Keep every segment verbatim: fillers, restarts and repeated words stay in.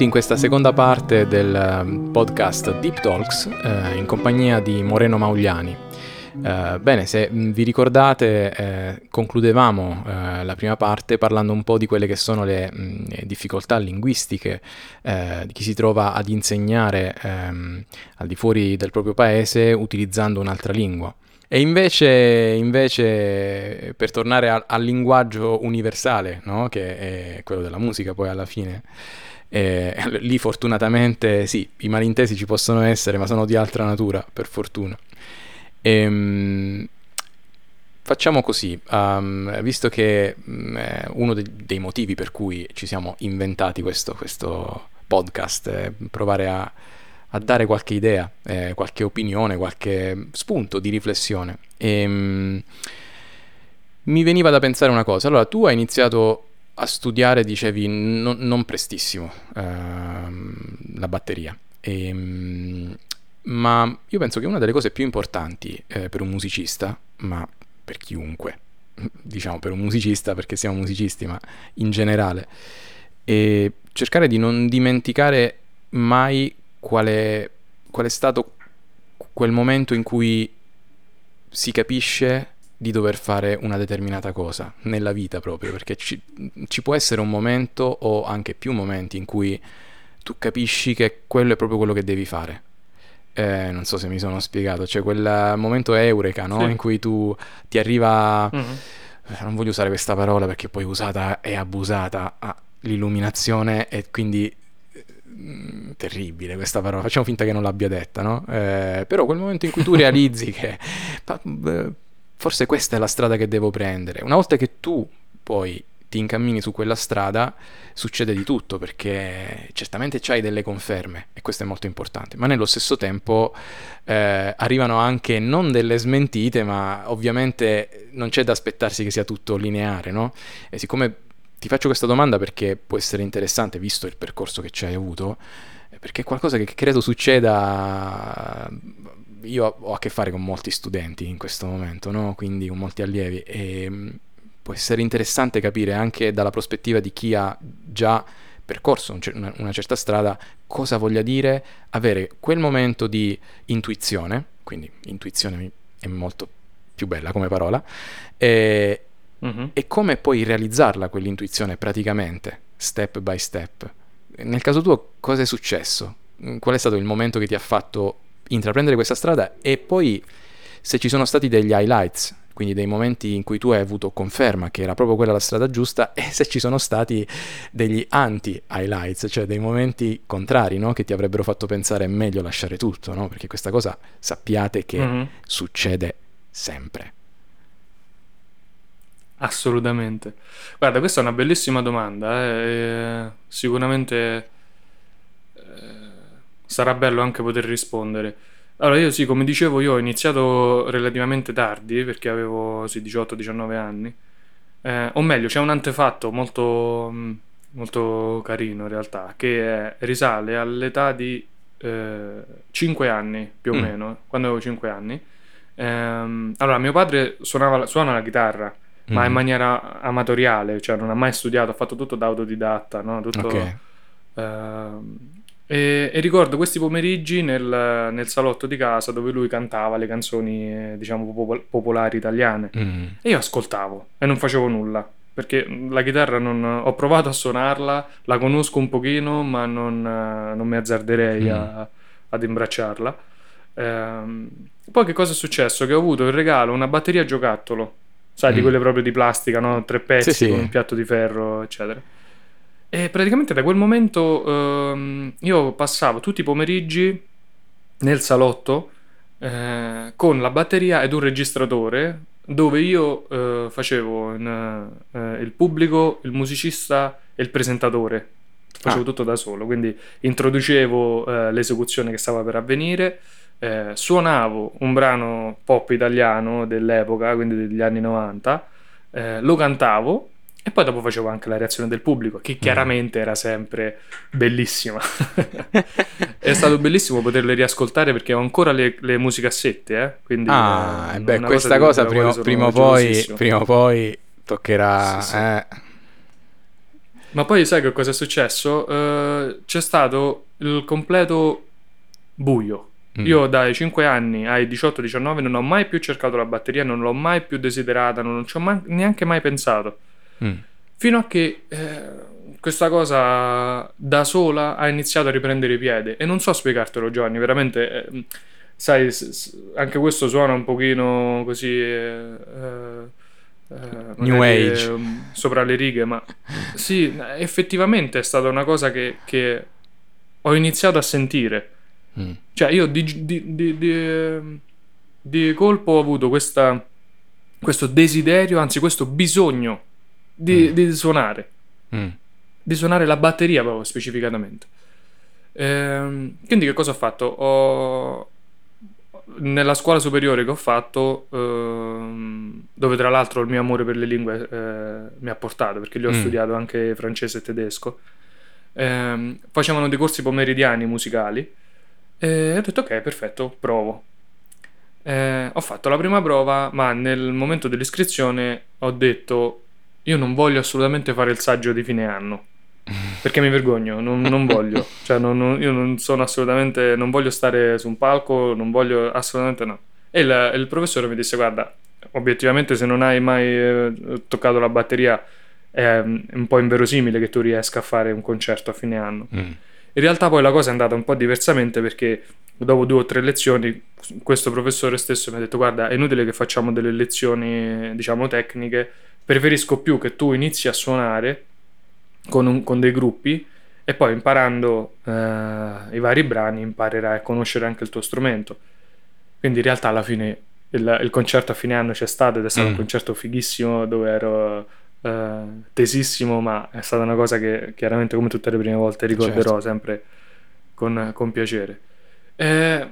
Benvenuti in questa seconda parte del podcast Deep Talks eh, in compagnia di Moreno Maugliani. Eh, bene, se vi ricordate, eh, concludevamo eh, la prima parte parlando un po' di quelle che sono le mh, difficoltà linguistiche eh, di chi si trova ad insegnare ehm, al di fuori del proprio paese utilizzando un'altra lingua. E invece, invece per tornare a, al linguaggio universale, no? Che è quello della musica poi alla fine, eh, lì fortunatamente sì, i malintesi ci possono essere, ma sono di altra natura, per fortuna. Ehm, facciamo così, um, visto che um, è uno de- dei motivi per cui ci siamo inventati questo, questo podcast, è provare a a dare qualche idea, eh, qualche opinione, qualche spunto di riflessione. E, um, mi veniva da pensare una cosa. Allora, tu hai iniziato a studiare, dicevi, non, non prestissimo, ehm, la batteria. E, um, ma io penso che una delle cose più importanti eh, per un musicista, ma per chiunque, diciamo per un musicista perché siamo musicisti, ma in generale, è cercare di non dimenticare mai Qual è, qual è stato quel momento in cui si capisce di dover fare una determinata cosa nella vita proprio, perché ci, ci può essere un momento o anche più momenti in cui tu capisci che quello è proprio quello che devi fare. Eh, non so se mi sono spiegato, c'è quel momento eureka, no? Sì. In cui tu ti arriva, mm-hmm. non voglio usare questa parola perché poi usata e abusata, ah, l'illuminazione, e quindi terribile questa parola, facciamo finta che non l'abbia detta, no? Eh, però quel momento in cui tu realizzi che forse questa è la strada che devo prendere, una volta che tu poi ti incammini su quella strada succede di tutto, perché certamente c'hai delle conferme e questo è molto importante, ma nello stesso tempo eh, arrivano anche non delle smentite, ma ovviamente non c'è da aspettarsi che sia tutto lineare, no? E siccome ti faccio questa domanda perché può essere interessante, visto il percorso che ci hai avuto, perché è qualcosa che credo succeda. Io ho a che fare con molti studenti in questo momento, no? Quindi con molti allievi, e può essere interessante capire anche dalla prospettiva di chi ha già percorso una certa strada cosa voglia dire avere quel momento di intuizione, quindi intuizione è molto più bella come parola, e Mm-hmm. e come poi realizzarla quell'intuizione praticamente, step by step. Nel caso tuo cosa è successo? Qual è stato il momento che ti ha fatto intraprendere questa strada, e poi se ci sono stati degli highlights, quindi dei momenti in cui tu hai avuto conferma che era proprio quella la strada giusta, e se ci sono stati degli anti-highlights, cioè dei momenti contrari, no? Che ti avrebbero fatto pensare è meglio lasciare tutto, no? Perché questa cosa sappiate che mm-hmm. succede sempre. Assolutamente. Guarda, questa è una bellissima domanda, eh. E sicuramente eh, sarà bello anche poter rispondere. Allora, io sì, come dicevo, io ho iniziato relativamente tardi, perché avevo sì, diciotto diciannove anni, eh, o meglio, c'è un antefatto molto, molto carino in realtà, che è, risale all'età di eh, cinque anni, più o mm. meno, quando avevo cinque anni. Ehm, allora, mio padre suonava, suona la chitarra, ma mm. in maniera amatoriale, cioè non ha mai studiato, ha fatto tutto da autodidatta, no? Tutto, okay. uh, e, e ricordo questi pomeriggi nel, nel salotto di casa dove lui cantava le canzoni, eh, diciamo, popol- popolari italiane, mm. e io ascoltavo e non facevo nulla, perché la chitarra non, ho provato a suonarla, la conosco un pochino, ma non, non mi azzarderei mm. a, ad imbracciarla. Um, poi che cosa è successo? Che ho avuto in regalo una batteria giocattolo, sai, mm. di quelle proprio di plastica, no? Tre pezzi, sì, con sì. un piatto di ferro, eccetera. E praticamente da quel momento ehm, io passavo tutti i pomeriggi nel salotto eh, con la batteria ed un registratore, dove io eh, facevo in, eh, il pubblico, il musicista e il presentatore. Facevo ah. tutto da solo, quindi introducevo eh, l'esecuzione che stava per avvenire. Eh, suonavo un brano pop italiano dell'epoca, quindi degli anni novanta, eh, lo cantavo e poi dopo facevo anche la reazione del pubblico, che chiaramente mm. era sempre bellissima. È stato bellissimo poterle riascoltare, perché ho ancora le, le musicassette, eh? Quindi ah, eh, beh, questa cosa, cosa prima, prima, poi, prima o poi toccherà. Sì, sì. Eh. Ma poi sai che cosa è successo? Uh, c'è stato il completo buio. Mm. Io dai cinque anni ai diciotto diciannove non ho mai più cercato la batteria, non l'ho mai più desiderata, non ci ho man- neanche mai pensato. Mm. Fino a che eh, questa cosa da sola ha iniziato a riprendere piede. E non so spiegartelo, Giovanni, veramente... Eh, sai, s- s- anche questo suona un pochino così... Eh, eh, Uh, New Age um, sopra le righe, ma sì, effettivamente è stata una cosa che, che ho iniziato a sentire. Mm. Cioè io di, di, di, di, di colpo ho avuto questa, questo desiderio, anzi questo bisogno di, mm. di suonare mm. di suonare la batteria proprio specificatamente. Ehm, quindi che cosa ho fatto? Ho nella scuola superiore che ho fatto, ehm, dove tra l'altro il mio amore per le lingue eh, mi ha portato, perché lì ho mm. studiato anche francese e tedesco, ehm, facevano dei corsi pomeridiani musicali e ho detto ok, perfetto, provo. Eh, ho fatto la prima prova, ma nel momento dell'iscrizione ho detto io non voglio assolutamente fare il saggio di fine anno, perché mi vergogno, non, non voglio, cioè non, non, io non sono assolutamente, non voglio stare su un palco, non voglio assolutamente no. E il, il professore mi disse guarda, obiettivamente se non hai mai eh, toccato la batteria è un po' inverosimile che tu riesca a fare un concerto a fine anno. Mm. In realtà poi la cosa è andata un po' diversamente, perché dopo due o tre lezioni questo professore stesso mi ha detto guarda, è inutile che facciamo delle lezioni diciamo tecniche, preferisco più che tu inizi a suonare Con, un, con dei gruppi e poi imparando eh, i vari brani imparerai a conoscere anche il tuo strumento. Quindi in realtà alla fine il, il concerto a fine anno c'è stato ed è stato mm. un concerto fighissimo dove ero eh, tesissimo, ma è stata una cosa che chiaramente come tutte le prime volte ricorderò certo. sempre con, con piacere. Eh,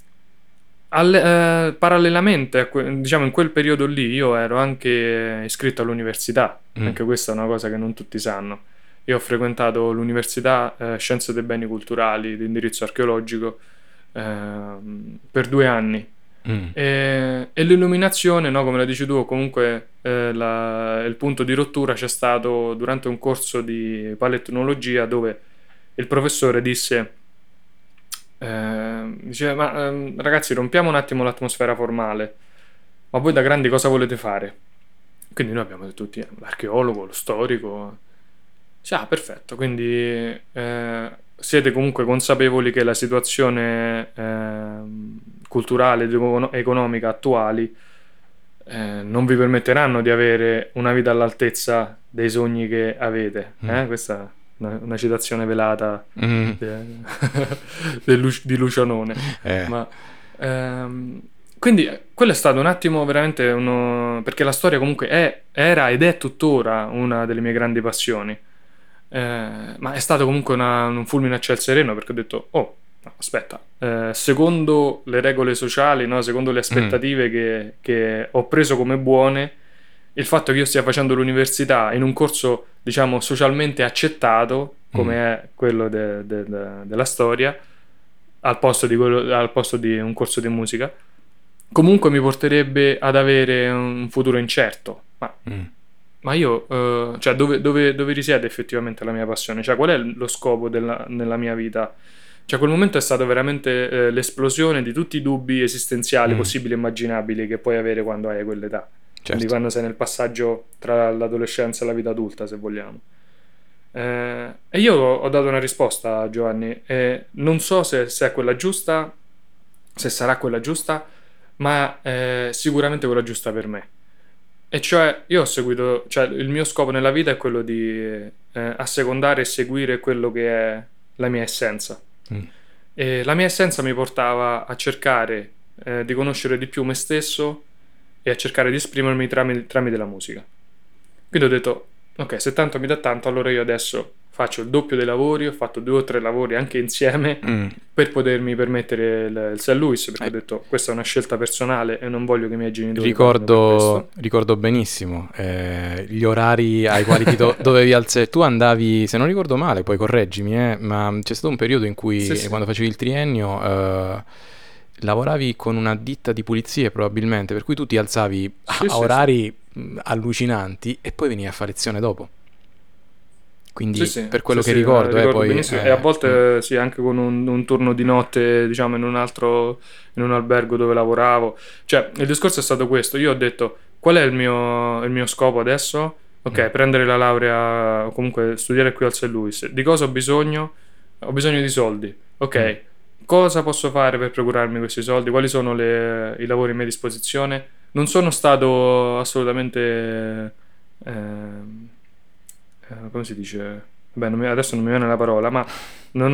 alle, eh, parallelamente a que- diciamo in quel periodo lì io ero anche iscritto all'università, mm. anche questa è una cosa che non tutti sanno. Io ho frequentato l'Università eh, Scienze dei Beni Culturali di indirizzo archeologico eh, per due anni mm. e, e l'illuminazione, no, come la dici tu, comunque eh, la, il punto di rottura c'è stato durante un corso di paletnologia dove il professore disse eh, diceva ma eh, ragazzi rompiamo un attimo l'atmosfera formale, ma voi da grandi cosa volete fare? Quindi noi abbiamo detto tutti l'archeologo, lo storico. Ah, perfetto, quindi eh, siete comunque consapevoli che la situazione eh, culturale ed economica attuali eh, non vi permetteranno di avere una vita all'altezza dei sogni che avete. Eh? Mm. Questa è una, una citazione velata mm. de, de, di Lucianone. Eh. Ma, ehm, quindi quello è stato un attimo veramente uno... perché la storia comunque è, era ed è tuttora una delle mie grandi passioni. Eh, ma è stato comunque una, un fulmine a ciel sereno, perché ho detto oh no, aspetta eh, secondo le regole sociali, no, secondo le aspettative mm. che, che ho preso come buone, il fatto che io stia facendo l'università in un corso diciamo socialmente accettato come mm. è quello de, de, de, della storia al posto di, quello, al posto di un corso di musica comunque mi porterebbe ad avere un futuro incerto. Ma mm. Ma io, uh, cioè, dove, dove, dove risiede effettivamente la mia passione? Cioè, qual è lo scopo della, nella mia vita? Cioè, quel momento è stato veramente eh, l'esplosione di tutti i dubbi esistenziali mm. possibili e immaginabili che puoi avere quando hai quell'età. Certo. Quindi quando sei nel passaggio tra l'adolescenza e la vita adulta, se vogliamo. Eh, e io ho dato una risposta, Giovanni, e non so se, se è quella giusta, se sarà quella giusta, ma eh, sicuramente quella giusta per me. E cioè io ho seguito, cioè il mio scopo nella vita è quello di eh, assecondare e seguire quello che è la mia essenza. Mm. E la mia essenza mi portava a cercare eh, di conoscere di più me stesso e a cercare di esprimermi tramite, tramite la musica. Quindi ho detto, ok, se tanto mi dà tanto, allora io adesso faccio il doppio dei lavori, ho fatto due o tre lavori anche insieme mm. per potermi permettere il, il Saint Louis, perché eh. ho detto questa è una scelta personale e non voglio che i miei genitori ricordo, ricordo benissimo eh, gli orari ai quali ti do- dovevi alzare. Tu andavi, se non ricordo male, poi correggimi, eh, ma c'è stato un periodo in cui sì, sì. quando facevi il triennio eh, lavoravi con una ditta di pulizie probabilmente, per cui tu ti alzavi sì, a sì, orari sì. allucinanti e poi venivi a fare lezione dopo. Quindi sì, sì, per quello sì, che sì, ricordo, ricordo eh, poi... benissimo. eh, E a volte mm, sì, anche con un, un turno di notte, diciamo, in un altro, in un albergo dove lavoravo. Cioè, il discorso è stato questo. Io ho detto, qual è il mio, il mio scopo adesso? Ok, mm, prendere la laurea o comunque studiare qui al Saint Louis. Di cosa ho bisogno? Ho bisogno di soldi. mm. Ok, cosa posso fare per procurarmi questi soldi? Quali sono le- i lavori a mia disposizione? Non sono stato assolutamente... ehm, eh, come si dice? Beh, non mi- adesso non mi viene la parola, ma non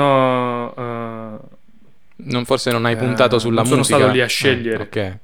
ho... Non, forse non eh, hai puntato eh, sulla non sono stato lì musica? a Ah, scegliere. ok.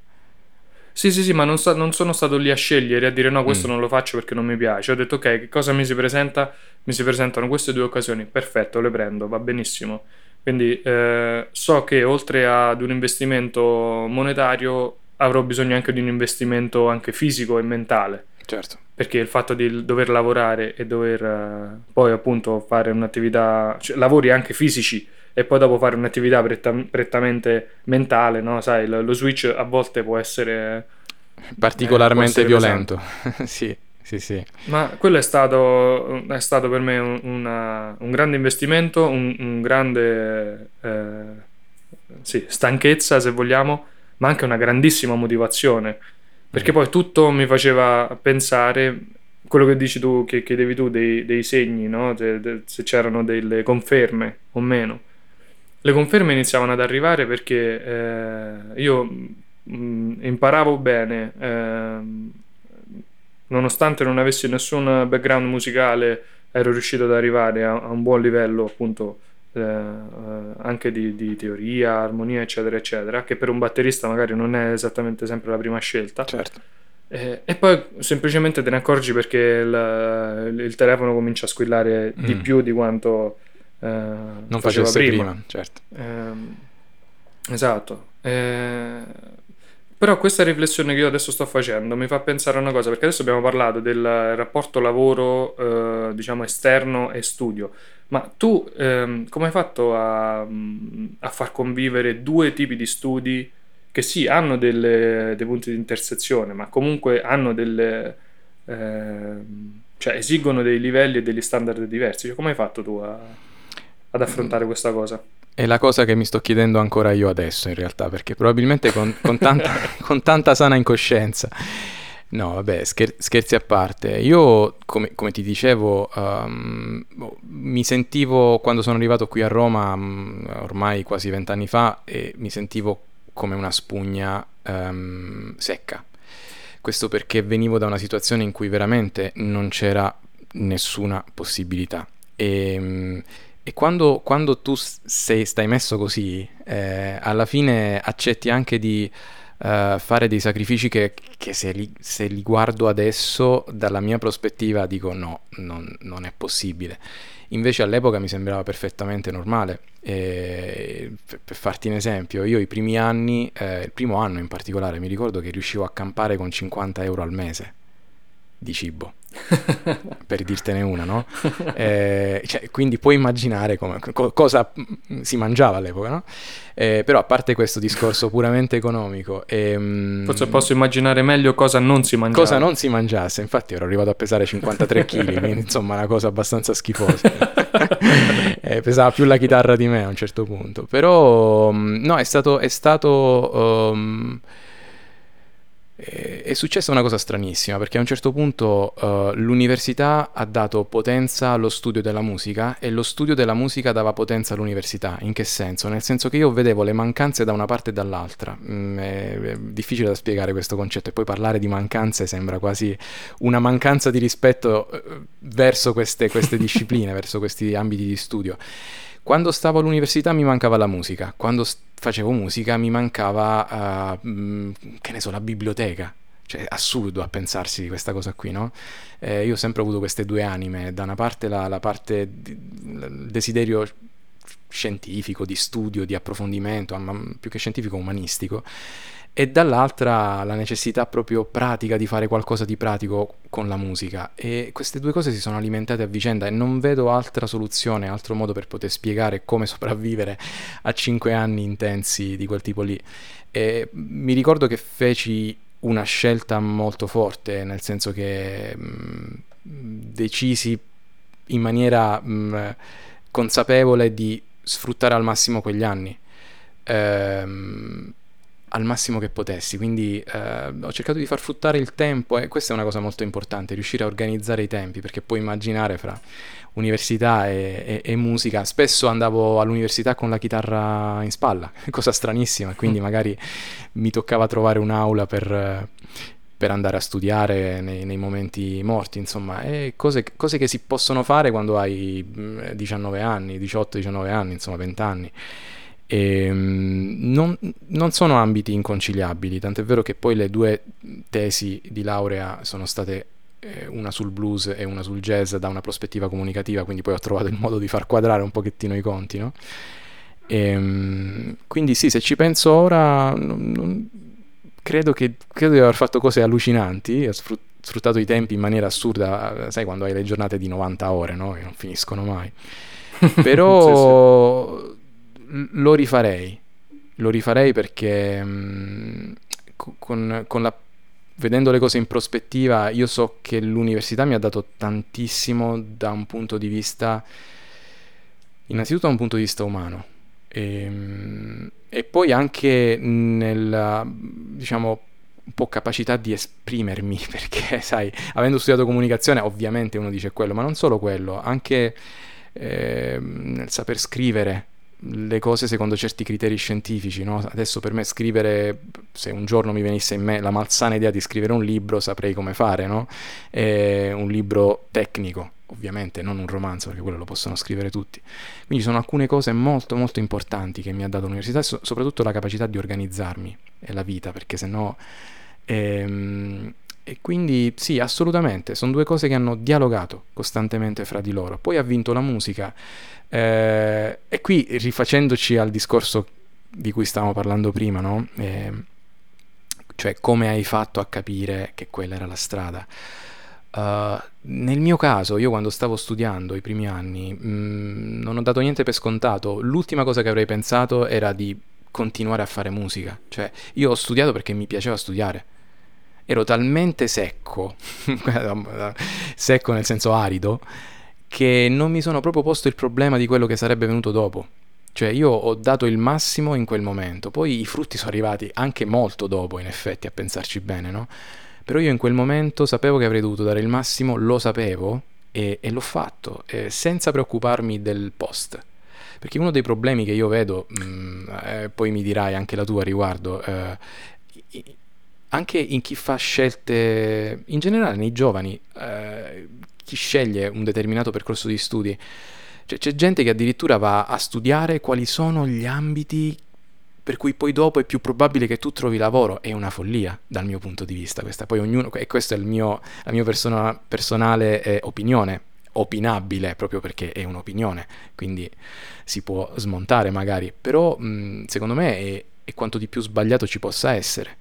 Sì, sì, sì, ma non, sta- non sono stato lì a scegliere, a dire no, questo Mm, non lo faccio perché non mi piace. Ho detto ok, che cosa mi si presenta? Mi si presentano queste due occasioni, perfetto, le prendo, va benissimo. Quindi eh, so che oltre ad un investimento monetario avrò bisogno anche di un investimento anche fisico e mentale, certo. perché il fatto di dover lavorare e dover eh, poi appunto fare un'attività, cioè lavori anche fisici e poi dopo fare un'attività pretta- prettamente mentale, no? Sai, lo, lo switch a volte può essere, eh, può Particolarmente essere pesante. violento. Sì, sì, sì. Ma quello è stato, è stato per me un, una- un grande investimento, un, un grande eh, sì, stanchezza se vogliamo, ma anche una grandissima motivazione, perché Mm, poi tutto mi faceva pensare, quello che dici tu, che chiedevi tu, dei, dei segni, no? Se, de- se c'erano delle conferme o meno. Le conferme iniziavano ad arrivare perché eh, io mh, imparavo bene, ehm, nonostante non avessi nessun background musicale, ero riuscito ad arrivare a, a un buon livello, appunto, eh, eh, anche di, di teoria, armonia, eccetera, eccetera, che per un batterista magari non è esattamente sempre la prima scelta. certo. Eh, e poi semplicemente te ne accorgi perché il, il telefono comincia a squillare di Mm, più di quanto eh, non faceva facesse prima. prima, certo. Ehm, esatto. Eh, però questa riflessione che io adesso sto facendo mi fa pensare a una cosa, perché adesso abbiamo parlato del rapporto lavoro, eh, diciamo, esterno e studio, ma tu ehm, come hai fatto a, a far convivere due tipi di studi che sì, hanno delle- dei punti di intersezione, ma comunque hanno delle... ehm, cioè esigono dei livelli e degli standard diversi. Cioè, come hai fatto tu a- ad Mm, affrontare questa cosa? è la cosa che mi sto chiedendo ancora io adesso, in realtà, perché probabilmente con, con tanta, con tanta sana incoscienza. No, vabbè, scher- scherzi a parte. Io, come, come ti dicevo, ehm, boh, mi sentivo, quando sono arrivato qui a Roma, mm, ormai quasi vent'anni fa, e mi sentivo come una spugna ehm, secca. Questo perché venivo da una situazione in cui veramente non c'era nessuna possibilità. E, mm, e quando, quando tu s- sei, stai messo così, eh, alla fine accetti anche di eh, fare dei sacrifici che, che se, li, se li guardo adesso, dalla mia prospettiva, dico no, non, non è possibile. Invece all'epoca mi sembrava perfettamente normale. E per, per farti un esempio, io i primi anni, eh, il primo anno in particolare, mi ricordo che riuscivo a campare con cinquanta euro al mese di cibo, per dirtene una, no? Eh, cioè, quindi puoi immaginare come, co- cosa si mangiava all'epoca, no? Eh, però a parte questo discorso puramente economico, Forse ehm, posso immaginare meglio cosa non si cosa mangiava. non si mangiasse, infatti ero arrivato a pesare cinquantatré chili, quindi insomma una cosa abbastanza schifosa. Eh, pesava più la chitarra di me a un certo punto, però mm, no, è stato, è stato um, eh, è successa una cosa stranissima perché a un certo punto eh, l'università ha dato potenza allo studio della musica e lo studio della musica dava potenza all'università. In che senso? Nel senso che io vedevo le mancanze da una parte e dall'altra. Mm, è, è difficile da spiegare questo concetto e poi parlare di mancanze sembra quasi una mancanza di rispetto eh, verso queste, queste discipline, verso questi ambiti di studio. Quando stavo all'università mi mancava la musica, quando s- facevo musica mi mancava, uh, mh, che ne so, la biblioteca. Cioè, è assurdo a pensarsi di questa cosa qui, no? Eh, io ho sempre avuto queste due anime, da una parte la, la parte, di, il desiderio scientifico, di studio, di approfondimento, ma più che scientifico, umanistico, e dall'altra la necessità proprio pratica di fare qualcosa di pratico con la musica, e queste due cose si sono alimentate a vicenda e non vedo altra soluzione, altro modo per poter spiegare come sopravvivere a cinque anni intensi di quel tipo lì. E mi ricordo che feci una scelta molto forte, nel senso che mh, decisi in maniera mh, consapevole di sfruttare al massimo quegli anni, ehm, al massimo che potessi, quindi eh, ho cercato di far fruttare il tempo, e questa è una cosa molto importante, riuscire a organizzare i tempi, perché puoi immaginare fra università e, e, e musica, spesso andavo all'università con la chitarra in spalla, cosa stranissima, quindi magari mi toccava trovare un'aula per, per andare a studiare nei, nei momenti morti, insomma, e cose, cose che si possono fare quando hai diciannove anni, diciotto diciannove anni, insomma venti anni. E, non, non sono ambiti inconciliabili, tant'è vero che poi le due tesi di laurea sono state eh, una sul blues e una sul jazz da una prospettiva comunicativa, quindi poi ho trovato il modo di far quadrare un pochettino i conti, no? E, quindi sì, se ci penso ora non, non, credo che credo di aver fatto cose allucinanti, ho sfruttato i tempi in maniera assurda, sai quando hai le giornate di novanta ore, no? Che non finiscono mai, però sì, sì. Lo rifarei, lo rifarei perché mh, con, con la, vedendo le cose in prospettiva, io so che l'università mi ha dato tantissimo da un punto di vista, innanzitutto da un punto di vista umano, e, e poi anche nella, diciamo, un po' capacità di esprimermi, perché sai, avendo studiato comunicazione ovviamente uno dice quello, ma non solo quello, anche eh, nel saper scrivere le cose secondo certi criteri scientifici, no? Adesso per me scrivere, se un giorno mi venisse in me la malsana idea di scrivere un libro, saprei come fare, no? Eh, un libro tecnico, ovviamente, non un romanzo, perché quello lo possono scrivere tutti. Quindi ci sono alcune cose molto molto importanti che mi ha dato l'università, e so- soprattutto la capacità di organizzarmi e la vita, perché sennò ehm, e quindi sì, assolutamente, sono due cose che hanno dialogato costantemente fra di loro. Poi ha vinto la musica, eh, e qui rifacendoci al discorso di cui stavamo parlando prima, no? Eh, cioè come hai fatto a capire che quella era la strada? Uh, nel mio caso, io quando stavo studiando i primi anni, mh, non ho dato niente per scontato. L'ultima cosa che avrei pensato era di continuare a fare musica. Cioè, io ho studiato perché mi piaceva studiare. Ero talmente secco, secco nel senso arido, che non mi sono proprio posto il problema di quello che sarebbe venuto dopo. Cioè io ho dato il massimo in quel momento, poi i frutti sono arrivati anche molto dopo, in effetti, a pensarci bene, no? Però io in quel momento sapevo che avrei dovuto dare il massimo, lo sapevo e, e l'ho fatto, eh, senza preoccuparmi del post. Perché uno dei problemi che io vedo, mh, eh, poi mi dirai anche la tua a riguardo, eh, anche in chi fa scelte, in generale nei giovani, eh, chi sceglie un determinato percorso di studi, cioè, c'è gente che addirittura va a studiare quali sono gli ambiti per cui poi dopo è più probabile che tu trovi lavoro. È una follia dal mio punto di vista questa, poi ognuno, e questa è il mio, la mia persona, personale eh, opinione, opinabile proprio perché è un'opinione, quindi si può smontare magari, però mh, secondo me è, è quanto di più sbagliato ci possa essere.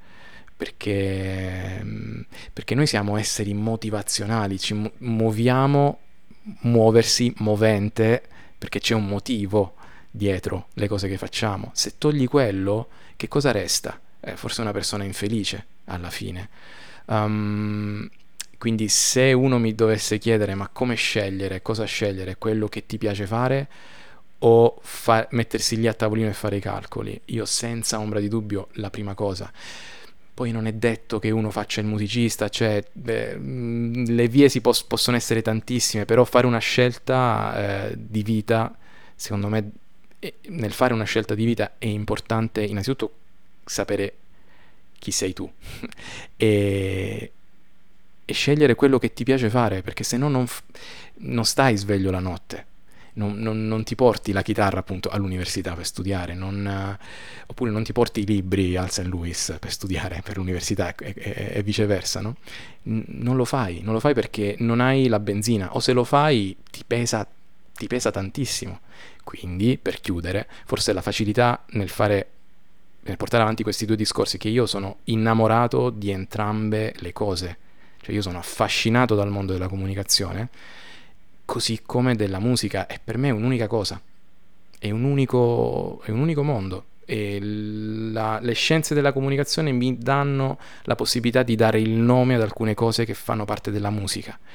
Perché, perché noi siamo esseri motivazionali, ci mu- muoviamo, muoversi, movente, perché c'è un motivo dietro le cose che facciamo. Se togli quello, che cosa resta? Eh, forse una persona infelice alla fine. Um, quindi se uno mi dovesse chiedere ma come scegliere, cosa scegliere, quello che ti piace fare o fa- mettersi lì a tavolino e fare i calcoli, io senza ombra di dubbio la prima cosa. Poi non è detto che uno faccia il musicista, cioè beh, le vie si pos- possono essere tantissime, però fare una scelta eh, di vita, secondo me, eh, nel fare una scelta di vita è importante innanzitutto sapere chi sei tu e, e scegliere quello che ti piace fare, perché se no non, f- non stai sveglio la notte. Non, non, non ti porti la chitarra appunto all'università per studiare, non, uh, oppure non ti porti i libri al Saint Louis per studiare per l'università e, e, e viceversa, no? N- non lo fai, non lo fai perché non hai la benzina, o se lo fai ti pesa, ti pesa tantissimo. Quindi, per chiudere, forse la facilità nel fare, nel portare avanti questi due discorsi, che io sono innamorato di entrambe le cose, cioè io sono affascinato dal mondo della comunicazione, così come della musica, è per me un'unica cosa, è un unico, è un unico mondo, e la, le scienze della comunicazione mi danno la possibilità di dare il nome ad alcune cose che fanno parte della musica,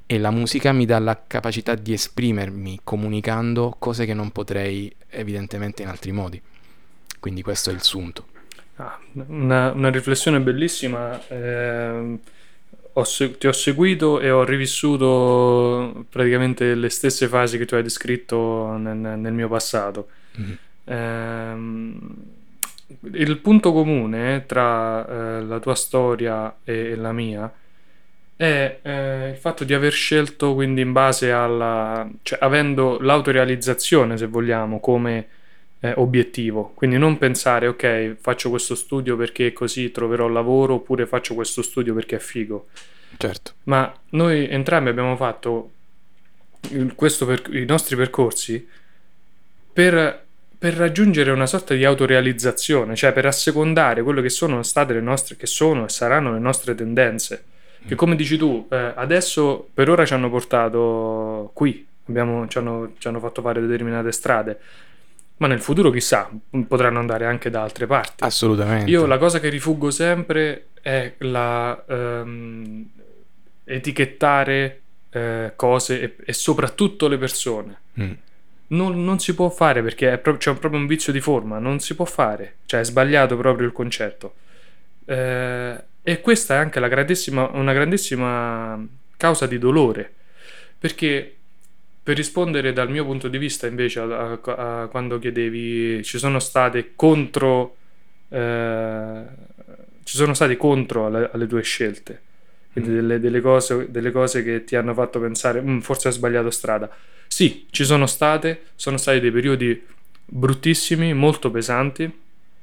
e la musica mi dà la capacità di esprimermi comunicando cose che non potrei evidentemente in altri modi. Quindi questo è il sunto. Ah, una, una riflessione bellissima. Eh, ho se- ti ho seguito e ho rivissuto praticamente le stesse fasi che tu hai descritto nel, nel mio passato. Mm. Ehm, il punto comune tra eh, la tua storia e, e la mia è eh, il fatto di aver scelto, quindi in base alla, cioè avendo l'autorealizzazione, se vogliamo, come eh, obiettivo. Quindi non pensare, ok, faccio questo studio perché così troverò lavoro, oppure faccio questo studio perché è figo. Certo. Ma noi entrambi abbiamo fatto il- questo per, i nostri percorsi per, per raggiungere una sorta di autorealizzazione, cioè per assecondare quello che sono state le nostre, che sono e saranno le nostre tendenze. Che come dici tu, eh, adesso per ora ci hanno portato qui, abbiamo, ci hanno, ci hanno fatto fare determinate strade, ma nel futuro chissà, potranno andare anche da altre parti. Assolutamente. Io la cosa che rifuggo sempre è la ehm, etichettare eh, cose e, e soprattutto le persone. Mm. Non, non si può fare perché è pro- c'è proprio un vizio di forma, non si può fare, cioè è sbagliato proprio il concetto. Eh, e questa è anche la grandissima, una grandissima causa di dolore, perché per rispondere dal mio punto di vista invece a, a- a quando chiedevi ci sono state contro eh, ci sono stati contro alle, alle tue scelte, quindi Mm. delle, delle cose, delle cose che ti hanno fatto pensare "Mm, forse ho sbagliato strada". Sì, ci sono state, sono stati dei periodi bruttissimi, molto pesanti,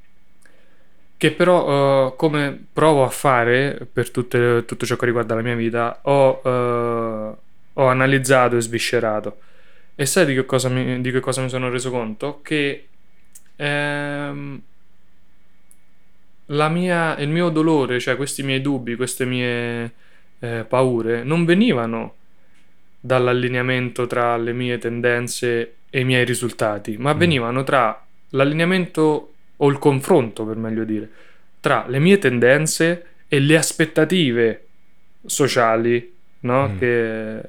che però, eh, come provo a fare per tutte- tutto ciò che riguarda la mia vita, ho, eh, ho analizzato e sviscerato. E sai di che cosa mi, di che cosa mi sono reso conto? Che ehm, la mia, il mio dolore, cioè questi miei dubbi, queste mie eh, paure, non venivano dall'allineamento tra le mie tendenze e i miei risultati, ma Mm. venivano tra l'allineamento o il confronto, per meglio dire, tra le mie tendenze e le aspettative sociali, no? Mm. Che,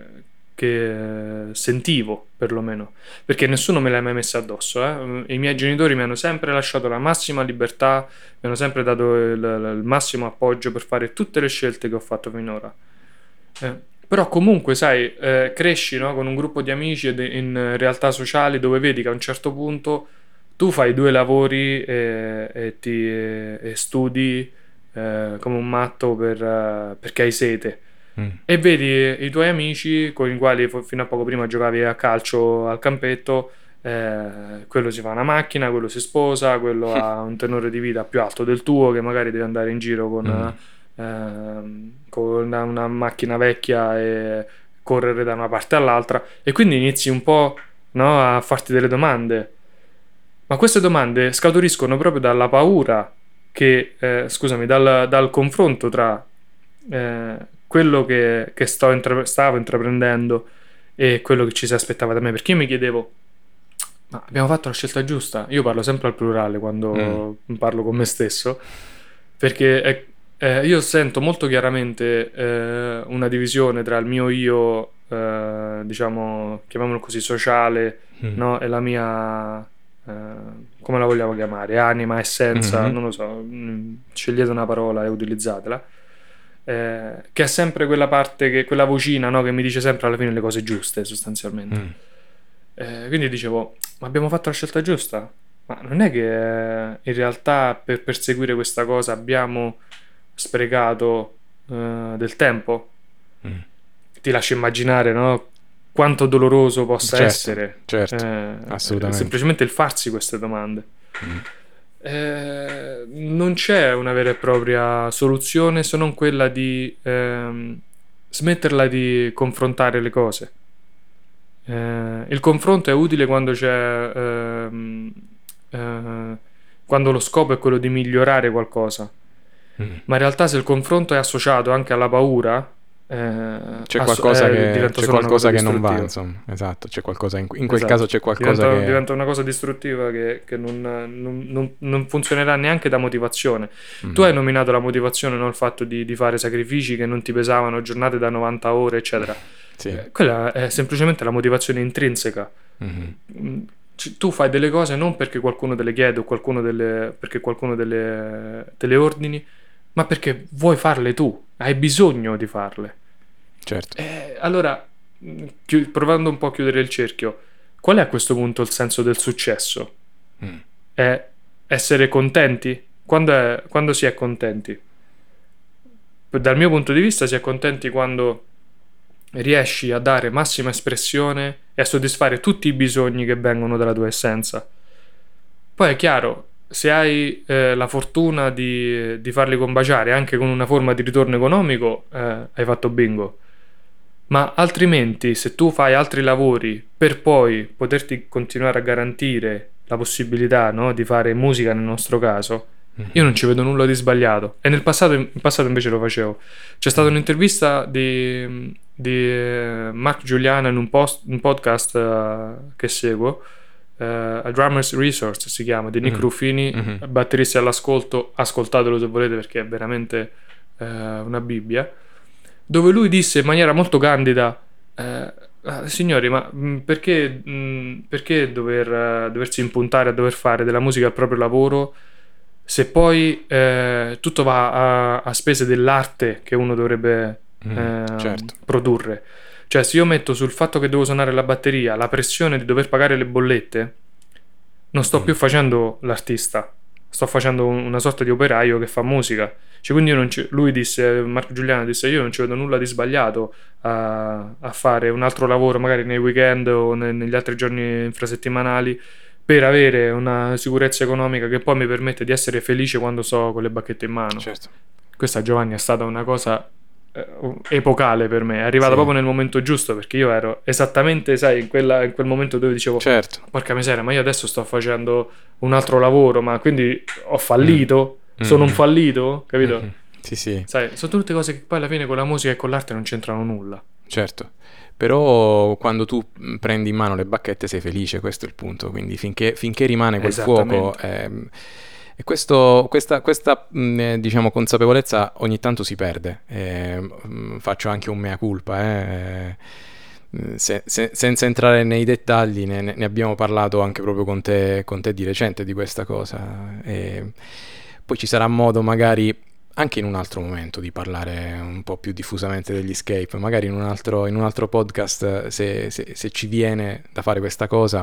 che sentivo, perlomeno, perché nessuno me l'ha mai messa addosso. eh. I miei genitori mi hanno sempre lasciato la massima libertà, mi hanno sempre dato il, il massimo appoggio per fare tutte le scelte che ho fatto finora. Eh, Però comunque, sai, eh, cresci, no, con un gruppo di amici ed in realtà sociali dove vedi che a un certo punto tu fai due lavori e, e ti, e, e studi eh, come un matto per, eh, perché hai sete. Mm. E vedi i tuoi amici con i quali fo- fino a poco prima giocavi a calcio al campetto, eh, quello si fa una macchina, quello si sposa, quello ha un tenore di vita più alto del tuo, che magari deve andare in giro con, Mm. ehm, con una, una macchina vecchia e correre da una parte all'altra, e quindi inizi un po', no, a farti delle domande. Ma queste domande scaturiscono proprio dalla paura che, eh, scusami, dal, dal confronto tra eh, quello che, che sto intra- stavo intraprendendo e quello che ci si aspettava da me. Perché io mi chiedevo, ma abbiamo fatto la scelta giusta? Io parlo sempre al plurale quando parlo con me stesso, perché è- eh, io sento molto chiaramente eh, una divisione tra il mio io, eh, diciamo, chiamiamolo così, sociale, Mm. no? E la mia, eh, come la vogliamo chiamare, anima, essenza, Mhm. non lo so, mm, scegliete una parola e utilizzatela, eh, che è sempre quella parte, che, quella vocina, no? Che mi dice sempre alla fine le cose giuste, sostanzialmente. Mm. Eh, quindi dicevo, ma abbiamo fatto la scelta giusta? Ma non è che eh, in realtà per perseguire questa cosa abbiamo sprecato eh, del tempo? Mm. Ti lascio immaginare, no? Quanto doloroso possa Certo, essere certo, eh, assolutamente. semplicemente il farsi queste domande. Mm. Eh, non c'è una vera e propria soluzione se non quella di ehm, smetterla di confrontare le cose. Eh, il confronto è utile quando c'è ehm, eh, quando lo scopo è quello di migliorare qualcosa, Mm. ma in realtà se il confronto è associato anche alla paura, eh, c'è qualcosa, eh, che, c'è qualcosa che non va, insomma, esatto, c'è qualcosa in, in quel esatto. caso c'è qualcosa diventa, che... diventa una cosa distruttiva che, che non, non, non, non funzionerà neanche da motivazione. Mm-hmm. Tu hai nominato la motivazione, no? Il fatto di, di fare sacrifici che non ti pesavano, giornate da novanta ore, eccetera. Sì. Eh, quella è semplicemente la motivazione intrinseca. Mm-hmm. Tu fai delle cose non perché qualcuno te le chiede o qualcuno delle, perché qualcuno te le, te le ordini, ma perché vuoi farle tu, hai bisogno di farle. Certo. Eh, allora, chi- provando un po' a chiudere il cerchio, qual è a questo punto il senso del successo? Mm. È essere contenti? Quando, è, quando si è contenti? Dal mio punto di vista si è contenti quando riesci a dare massima espressione e a soddisfare tutti i bisogni che vengono dalla tua essenza. Poi è chiaro, se hai eh, la fortuna di, di farli combaciare anche con una forma di ritorno economico, eh, hai fatto bingo. Ma altrimenti, se tu fai altri lavori per poi poterti continuare a garantire la possibilità, no, di fare musica nel nostro caso, mm-hmm. io non ci vedo nulla di sbagliato. E nel passato, in passato invece lo facevo. C'è stata mm-hmm. un'intervista di, di Mark Giuliano in un, post, un podcast uh, che seguo, uh, A Drummer's Resource si chiama, di Nick mm-hmm. Ruffini, mm-hmm. batteristi all'ascolto, ascoltatelo se volete perché è veramente uh, una bibbia, dove lui disse in maniera molto candida eh, signori, ma mh, perché, mh, perché dover, uh, doversi impuntare a dover fare della musica il proprio lavoro se poi eh, tutto va a, a spese dell'arte che uno dovrebbe mm, eh, certo. produrre. Cioè, se io metto sul fatto che devo suonare la batteria la pressione di dover pagare le bollette, non sto mm. più facendo l'artista, sto facendo una sorta di operaio che fa musica. Cioè, quindi io non ci, lui disse, Marco Giuliano disse, io non ci vedo nulla di sbagliato a, a fare un altro lavoro magari nei weekend o ne, negli altri giorni infrasettimanali per avere una sicurezza economica che poi mi permette di essere felice quando sto con le bacchette in mano. Certo. Questa, Giovanni, è stata una cosa eh, epocale per me, è arrivata sì. proprio nel momento giusto, perché io ero esattamente, sai, in, quella, in quel momento dove dicevo certo. porca miseria, ma io adesso sto facendo un altro lavoro, ma quindi ho fallito, mm. sono mm. un fallito, capito? Mm. Sì, sì. Sai, sono tutte cose che poi alla fine con la musica e con l'arte non c'entrano nulla. Certo. Però quando tu prendi in mano le bacchette sei felice, questo è il punto, quindi finché, finché rimane quel fuoco ehm, e questo, questa, questa mh, diciamo consapevolezza ogni tanto si perde, eh, mh, faccio anche un mea culpa, eh, se, se, senza entrare nei dettagli ne, ne abbiamo parlato anche proprio con te, con te di recente di questa cosa, e poi ci sarà modo magari anche in un altro momento di parlare un po' più diffusamente degli Escape, magari in un altro, in un altro podcast, se, se, se ci viene da fare questa cosa,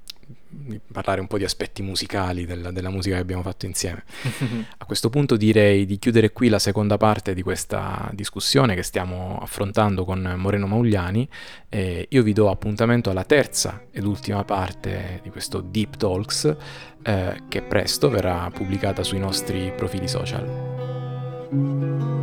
di parlare un po' di aspetti musicali della, della musica che abbiamo fatto insieme. A questo punto direi di chiudere qui la seconda parte di questa discussione che stiamo affrontando con Moreno Maugliani, e io vi do appuntamento alla terza ed ultima parte di questo Deep Talks, eh, che presto verrà pubblicata sui nostri profili social. Thank you.